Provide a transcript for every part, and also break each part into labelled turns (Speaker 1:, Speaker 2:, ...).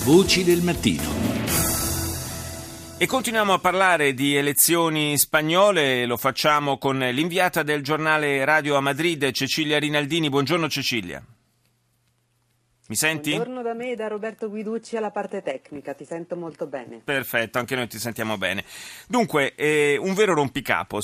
Speaker 1: Voci del mattino.
Speaker 2: E continuiamo a parlare di elezioni spagnole, lo facciamo con l'inviata del giornale radio a Madrid, Cecilia Rinaldini. Buongiorno Cecilia. Mi senti?
Speaker 3: Buongiorno da me e da Roberto Guiducci alla parte tecnica, ti sento molto bene.
Speaker 2: Perfetto, anche noi ti sentiamo bene. Dunque, un vero rompicapo,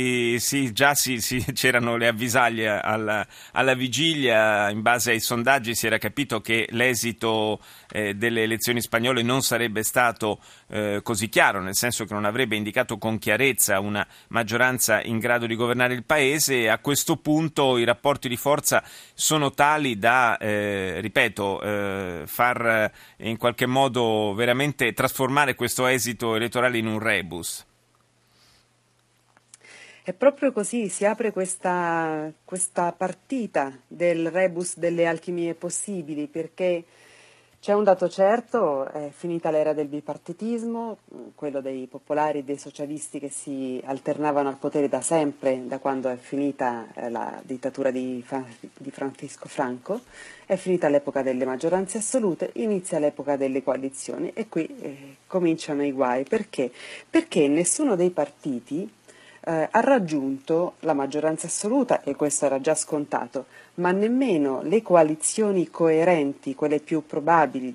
Speaker 2: c'erano le avvisaglie alla vigilia, in base ai sondaggi si era capito che l'esito delle elezioni spagnole non sarebbe stato così chiaro, nel senso che non avrebbe indicato con chiarezza una maggioranza in grado di governare il paese, e a questo punto i rapporti di forza sono tali da, far in qualche modo veramente trasformare questo esito elettorale in un rebus.
Speaker 3: È proprio così, si apre questa partita del rebus delle alchimie possibili, perché c'è un dato certo: è finita l'era del bipartitismo, quello dei popolari e dei socialisti che si alternavano al potere da sempre, da quando è finita la dittatura di Francisco Franco, è finita l'epoca delle maggioranze assolute, inizia l'epoca delle coalizioni e qui cominciano i guai. Perché? Perché nessuno dei partiti ha raggiunto la maggioranza assoluta, e questo era già scontato, ma nemmeno le coalizioni coerenti, quelle più probabili,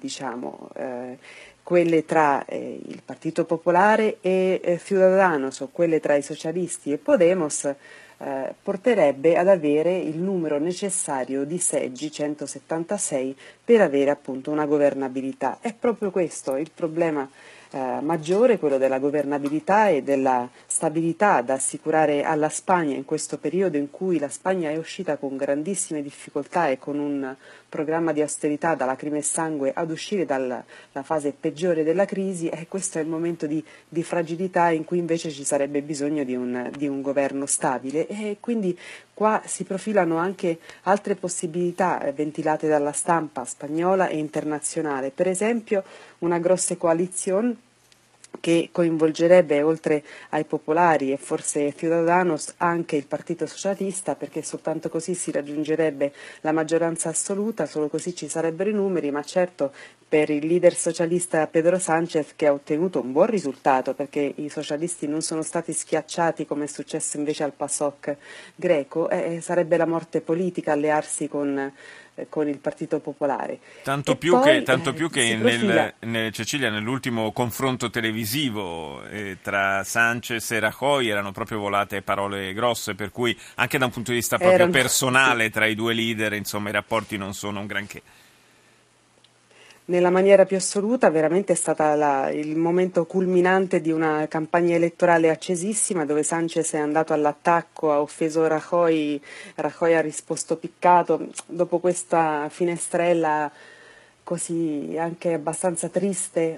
Speaker 3: quelle tra il Partito Popolare e Ciudadanos, o quelle tra i socialisti e Podemos, porterebbe ad avere il numero necessario di seggi, 176, per avere appunto una governabilità. È proprio questo il problema maggiore, quello della governabilità e della stabilità da assicurare alla Spagna in questo periodo in cui la Spagna è uscita con grandissime difficoltà e con un programma di austerità da lacrime e sangue ad uscire dalla fase peggiore della crisi. E questo è il momento di fragilità in cui invece ci sarebbe bisogno di un governo stabile, e quindi qua si profilano anche altre possibilità ventilate dalla stampa spagnola e internazionale, per esempio una grossa coalizione che coinvolgerebbe, oltre ai popolari e forse Ciudadanos, anche il Partito Socialista, perché soltanto così si raggiungerebbe la maggioranza assoluta, solo così ci sarebbero i numeri. Ma certo, per il leader socialista Pedro Sánchez, che ha ottenuto un buon risultato, perché i socialisti non sono stati schiacciati come è successo invece al PASOK greco, sarebbe la morte politica allearsi con il Partito Popolare.
Speaker 2: Tanto più che Cecilia, nell'ultimo confronto televisivo tra Sánchez e Rajoy erano proprio volate parole grosse, per cui anche da un punto di vista proprio personale tra i due leader, insomma, i rapporti non sono un granché.
Speaker 3: Nella maniera più assoluta, veramente è stata il momento culminante di una campagna elettorale accesissima, dove Sánchez è andato all'attacco, ha offeso Rajoy ha risposto piccato. Dopo questa finestrella così anche abbastanza triste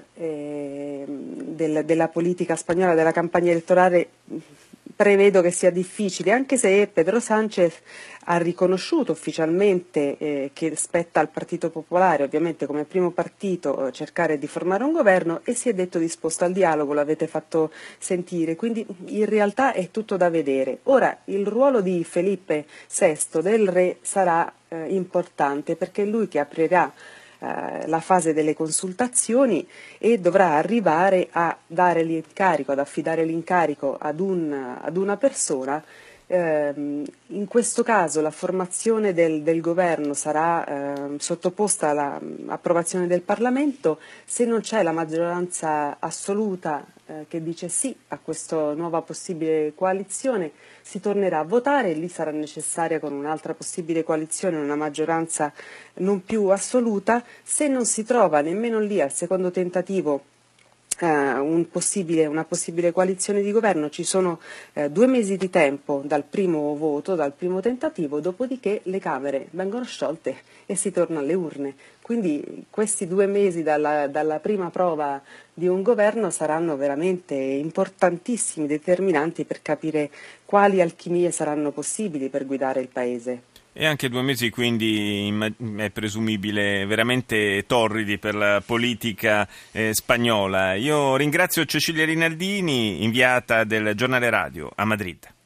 Speaker 3: della politica spagnola, della campagna elettorale, prevedo che sia difficile, anche se Pedro Sánchez ha riconosciuto ufficialmente che spetta al Partito Popolare, ovviamente come primo partito, cercare di formare un governo, e si è detto disposto al dialogo, l'avete fatto sentire, quindi in realtà è tutto da vedere. Ora, il ruolo di Felipe VI, del re, sarà importante, perché è lui che aprirà la fase delle consultazioni e dovrà arrivare a dare l'incarico, ad affidare l'incarico ad una persona. In questo caso la formazione del governo sarà sottoposta all'approvazione del Parlamento. Se non c'è la maggioranza assoluta che dice sì a questa nuova possibile coalizione, si tornerà a votare, e lì sarà necessaria, con un'altra possibile coalizione, una maggioranza non più assoluta. Se non si trova nemmeno lì al secondo tentativo una possibile coalizione di governo, ci sono 2 mesi di tempo dal primo voto, dal primo tentativo, dopodiché le Camere vengono sciolte e si torna alle urne. Quindi questi 2 mesi dalla prima prova di un governo saranno veramente importantissimi, determinanti per capire quali alchimie saranno possibili per guidare il Paese.
Speaker 2: E anche 2 mesi quindi è presumibile veramente torridi per la politica spagnola. Io ringrazio Cecilia Rinaldini, inviata del giornale radio a Madrid.